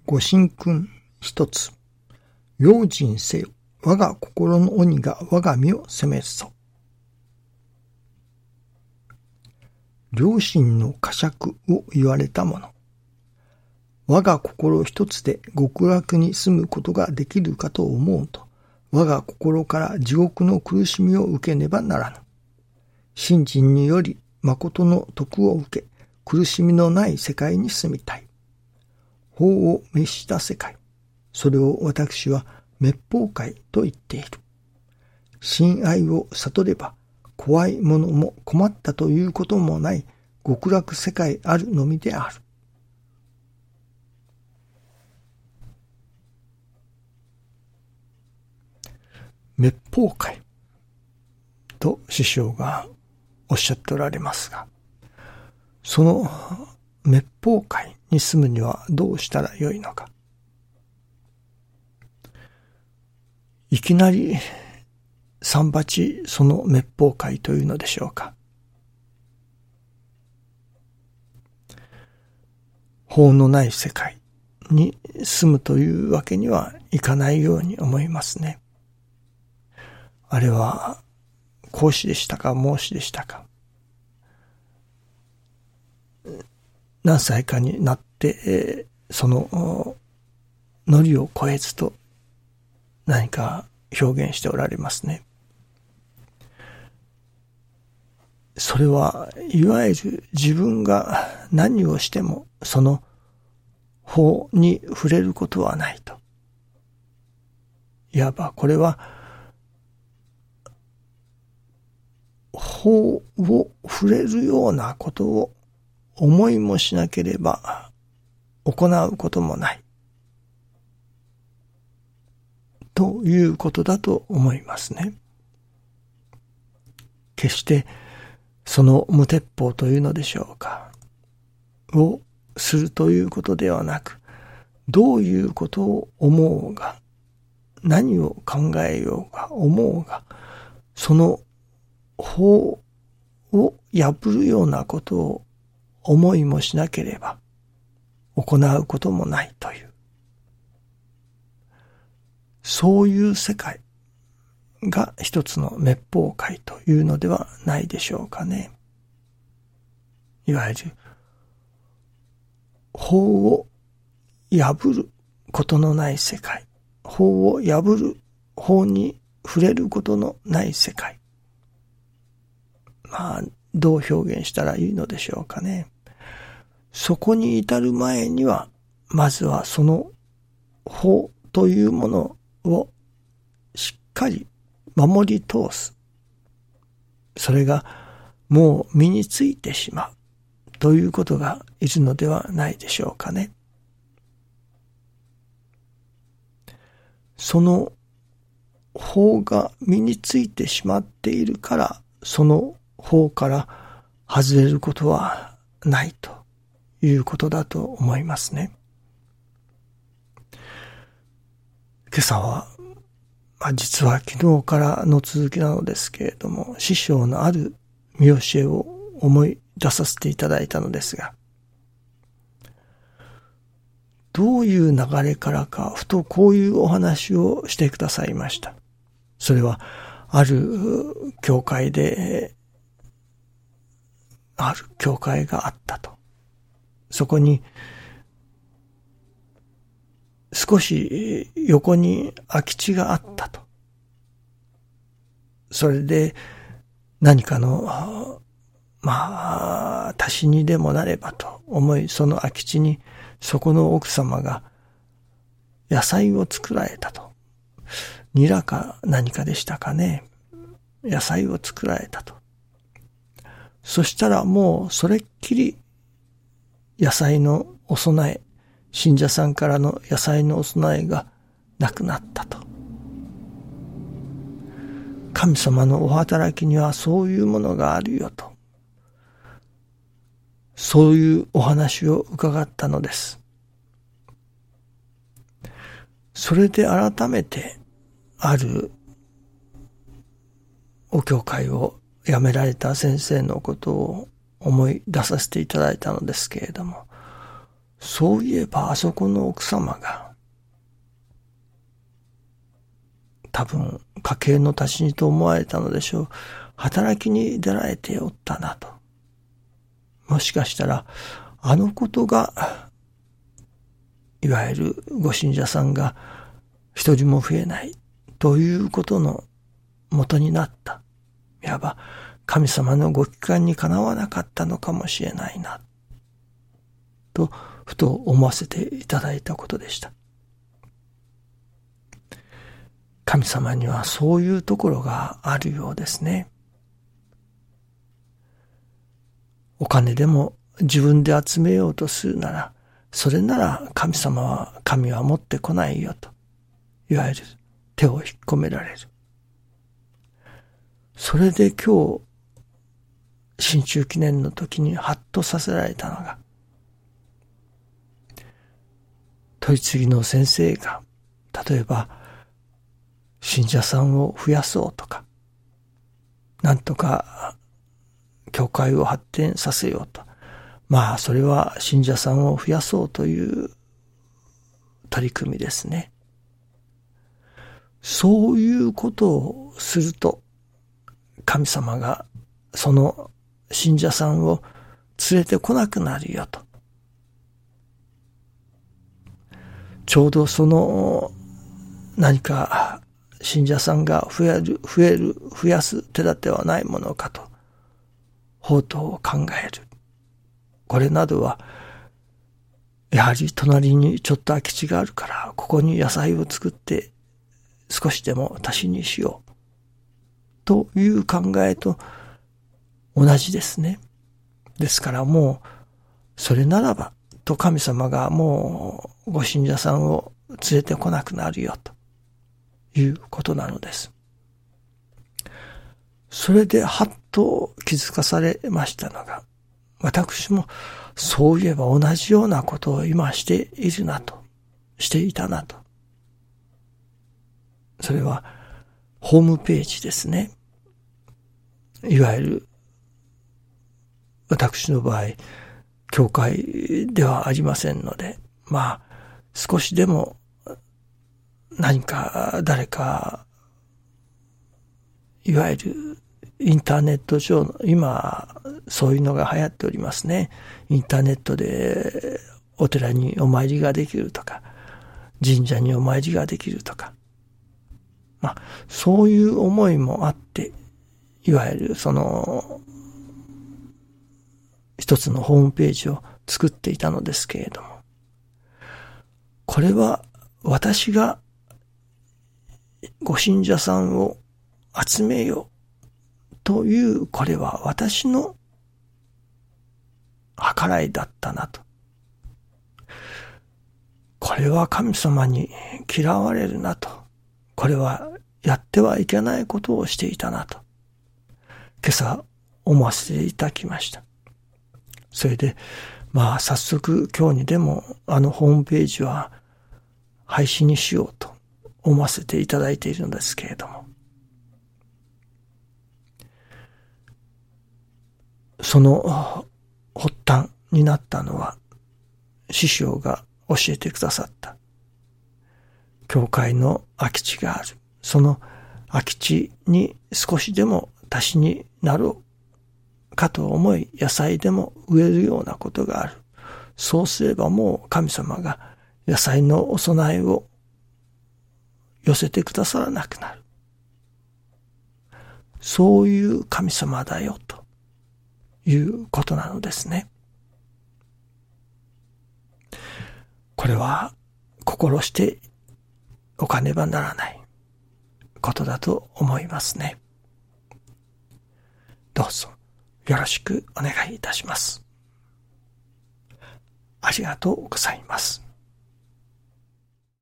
ご神君一つ。用心せよ。我が心の鬼が我が身を責めるぞ。良心の呵責を言われたもの。我が心一つで極楽に住むことができるかと思うと、我が心から地獄の苦しみを受けねばならぬ。信心により誠の徳を受け、苦しみのない世界に住みたい。法を滅した世界。それを私は滅法界と言っている。親愛を悟れば、怖いものも困ったということもない極楽世界あるのみである。滅法界と師匠がおっしゃっておられますが、その滅法界に住むにはどうしたらよいのか。いきなり三八その滅法界というのでしょうか。法のない世界に住むというわけにはいかないように思いますね。あれは孔子でしたか孟子でしたか。何歳かになって、そのノリを超えずと何か表現しておられますね。それはいわゆる自分が何をしてもその法に触れることはないと。いわばこれは法を触れるようなことを思いもしなければ行うこともないということだと思いますね。決してその無鉄砲というのでしょうかをするということではなく、どういうことを思おうが何を考えようが思うが、その法を破るようなことを思いもしなければ行うこともないという、そういう世界が一つの滅法界というのではないでしょうかね。いわゆる法を破ることのない世界、法を破る、法に触れることのない世界。どう表現したらいいのでしょうかね。そこに至る前には、まずはその法というものをしっかり守り通す。それがもう身についてしまうということがいるのではないでしょうかね。その法が身についてしまっているから、その法から外れることはないということだと思いますね。今朝は、実は昨日からの続きなのですけれども、師匠のある見教えを思い出させていただいたのですが、どういう流れからか、ふとこういうお話をしてくださいました。それは、ある教会があったと。そこに、少し横に空き地があったと。それで何かの、足しにでもなればと思い、その空き地にそこの奥様が野菜を作られたと。ニラか何かでしたかね。野菜を作られたと。そしたらもうそれっきり野菜のお供え、信者さんからの野菜のお供えがなくなったと。神様のお働きにはそういうものがあるよと。そういうお話を伺ったのです。それで改めてあるお教会を辞められた先生のことを思い出させていただいたのですけれども、 そういえばあそこの奥様が、多分家計の足しにと思われたのでしょう。働きに出られておったなと。もしかしたら、あのことが、いわゆるご信者さんが一人も増えないということの元になった。いわば神様のご帰還にかなわなかったのかもしれないな、とふと思わせていただいたことでした。神様にはそういうところがあるようですね。お金でも自分で集めようとするなら、それなら神は持ってこないよと、いわゆる手を引っ込められる。それで今日、新中記念の時にハッとさせられたのが、取り次ぎの先生が、例えば、信者さんを増やそうとか、なんとか教会を発展させようと。まあそれは信者さんを増やそうという取り組みですね。そういうことをすると、神様がその信者さんを連れてこなくなるよと。ちょうどその何か信者さんが増やす手立てはないものかと、法灯を考える。これなどは、やはり隣にちょっと空き地があるから、ここに野菜を作って少しでも足しにしよう。という考えと同じですね。ですからもう、それならば、と神様がもうご信者さんを連れてこなくなるよということなのです。それではっと気づかされましたのが、私もそういえば同じようなことを今していたなと。それはホームページですね。いわゆる私の場合、教会ではありませんので、まあ少しでも何か誰か、いわゆるインターネット上の、今そういうのが流行っておりますね。インターネットでお寺にお参りができるとか、神社にお参りができるとか、まあそういう思いもあって、いわゆるその一つのホームページを作っていたのですけれども、これは私がご信者さんを集めようという、これは私の計らいだったなと。これは神様に嫌われるなと。これはやってはいけないことをしていたなと。今朝思わせていただきました。それで、まあ早速今日にでもホームページは廃止にしようと思わせていただいているのですけれども、その発端になったのは、師匠が教えてくださった。教会の空き地がある。その空き地に少しでも足しになろうかと思い、野菜でも植えるようなことがある。そうすればもう神様が野菜のお供えを寄せてくださらなくなる。そういう神様だよということなのですね。これは心しておかねばならないことだと思いますね。どうぞよろしくお願いいたします。ありがとうございます。